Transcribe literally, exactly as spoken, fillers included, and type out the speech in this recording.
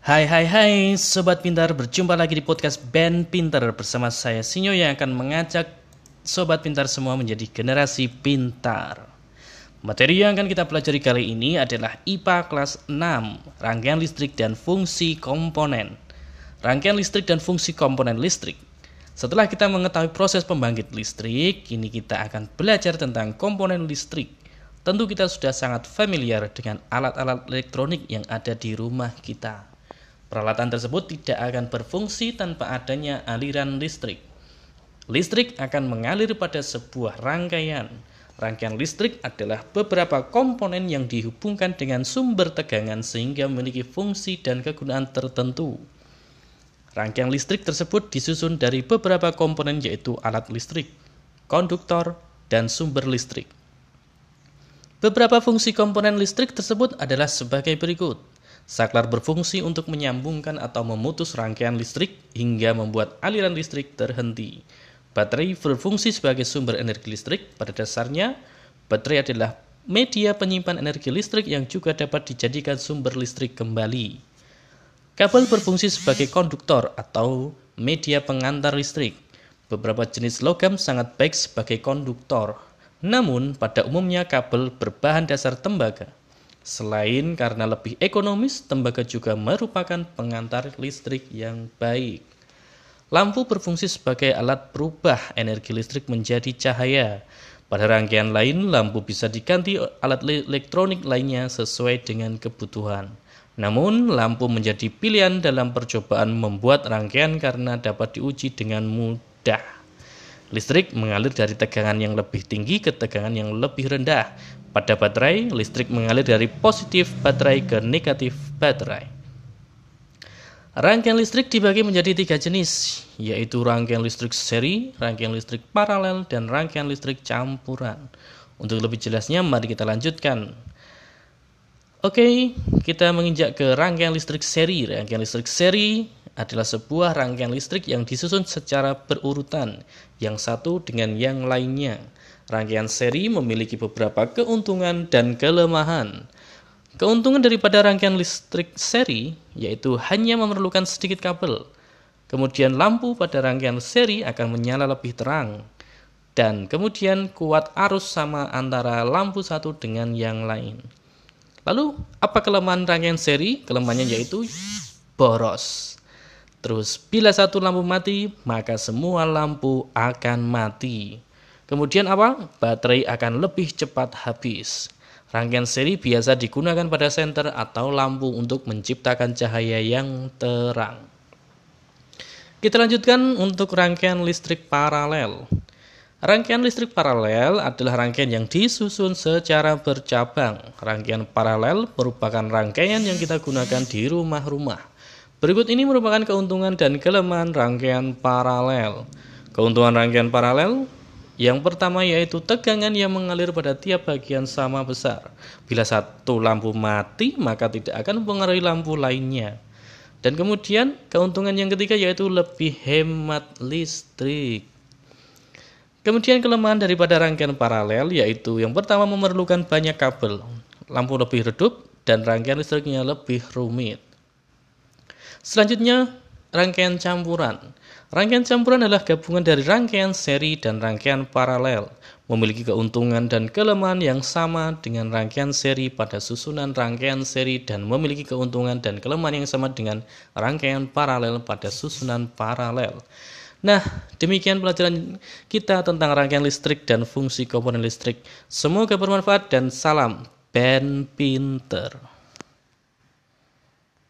Hai hai hai Sobat Pintar, berjumpa lagi di podcast Ben Pintar bersama saya Sinyo yang akan mengajak Sobat Pintar semua menjadi generasi pintar. Materi yang akan kita pelajari kali ini adalah I P A kelas enam, rangkaian listrik dan fungsi komponen. Rangkaian listrik dan fungsi komponen listrik. Setelah kita mengetahui proses pembangkit listrik, kini kita akan belajar tentang komponen listrik. Tentu kita sudah sangat familiar dengan alat-alat elektronik yang ada di rumah kita. Peralatan tersebut tidak akan berfungsi tanpa adanya aliran listrik. Listrik akan mengalir pada sebuah rangkaian. Rangkaian listrik adalah beberapa komponen yang dihubungkan dengan sumber tegangan sehingga memiliki fungsi dan kegunaan tertentu. Rangkaian listrik tersebut disusun dari beberapa komponen yaitu alat listrik, konduktor, dan sumber listrik. Beberapa fungsi komponen listrik tersebut adalah sebagai berikut. Saklar berfungsi untuk menyambungkan atau memutus rangkaian listrik hingga membuat aliran listrik terhenti. Baterai berfungsi sebagai sumber energi listrik. Pada dasarnya, baterai adalah media penyimpan energi listrik yang juga dapat dijadikan sumber listrik kembali. Kabel berfungsi sebagai konduktor atau media pengantar listrik. Beberapa jenis logam sangat baik sebagai konduktor. Namun, pada umumnya kabel berbahan dasar tembaga. Selain karena lebih ekonomis, tembaga juga merupakan pengantar listrik yang baik. Lampu berfungsi sebagai alat berubah energi listrik menjadi cahaya. Pada rangkaian lain, lampu bisa diganti alat elektronik lainnya sesuai dengan kebutuhan. Namun, lampu menjadi pilihan dalam percobaan membuat rangkaian karena dapat diuji dengan mudah. Listrik mengalir dari tegangan yang lebih tinggi ke tegangan yang lebih rendah. Pada baterai, listrik mengalir dari positif baterai ke negatif baterai. Rangkaian listrik dibagi menjadi tiga jenis, yaitu rangkaian listrik seri, rangkaian listrik paralel, dan rangkaian listrik campuran. Untuk lebih jelasnya, mari kita lanjutkan. Oke, kita menginjak ke rangkaian listrik seri. Rangkaian listrik seri adalah sebuah rangkaian listrik yang disusun secara berurutan, yang satu dengan yang lainnya. Rangkaian seri memiliki beberapa keuntungan dan kelemahan. Keuntungan daripada rangkaian listrik seri yaitu hanya memerlukan sedikit kabel. Kemudian lampu pada rangkaian seri akan menyala lebih terang. Dan kemudian kuat arus sama antara lampu satu dengan yang lain. Lalu, apa kelemahan rangkaian seri? Kelemahannya yaitu boros. Terus, bila satu lampu mati, maka semua lampu akan mati. Kemudian apa? Baterai akan lebih cepat habis. Rangkaian seri biasa digunakan pada senter atau lampu untuk menciptakan cahaya yang terang. Kita lanjutkan untuk rangkaian listrik paralel. Rangkaian listrik paralel adalah rangkaian yang disusun secara bercabang. Rangkaian paralel merupakan rangkaian yang kita gunakan di rumah-rumah. Berikut ini merupakan keuntungan dan kelemahan rangkaian paralel. Keuntungan rangkaian paralel yang pertama yaitu tegangan yang mengalir pada tiap bagian sama besar. Bila satu lampu mati, maka tidak akan mempengaruhi lampu lainnya. Dan kemudian keuntungan yang ketiga yaitu lebih hemat listrik. Kemudian kelemahan daripada rangkaian paralel yaitu yang pertama memerlukan banyak kabel, lampu lebih redup, dan rangkaian listriknya lebih rumit. Selanjutnya, rangkaian campuran. Rangkaian campuran adalah gabungan dari rangkaian seri dan rangkaian paralel, memiliki keuntungan dan kelemahan yang sama dengan rangkaian seri pada susunan rangkaian seri dan memiliki keuntungan dan kelemahan yang sama dengan rangkaian paralel pada susunan paralel. Nah, demikian pelajaran kita tentang rangkaian listrik dan fungsi komponen listrik. Semoga bermanfaat dan salam Ben Pinter.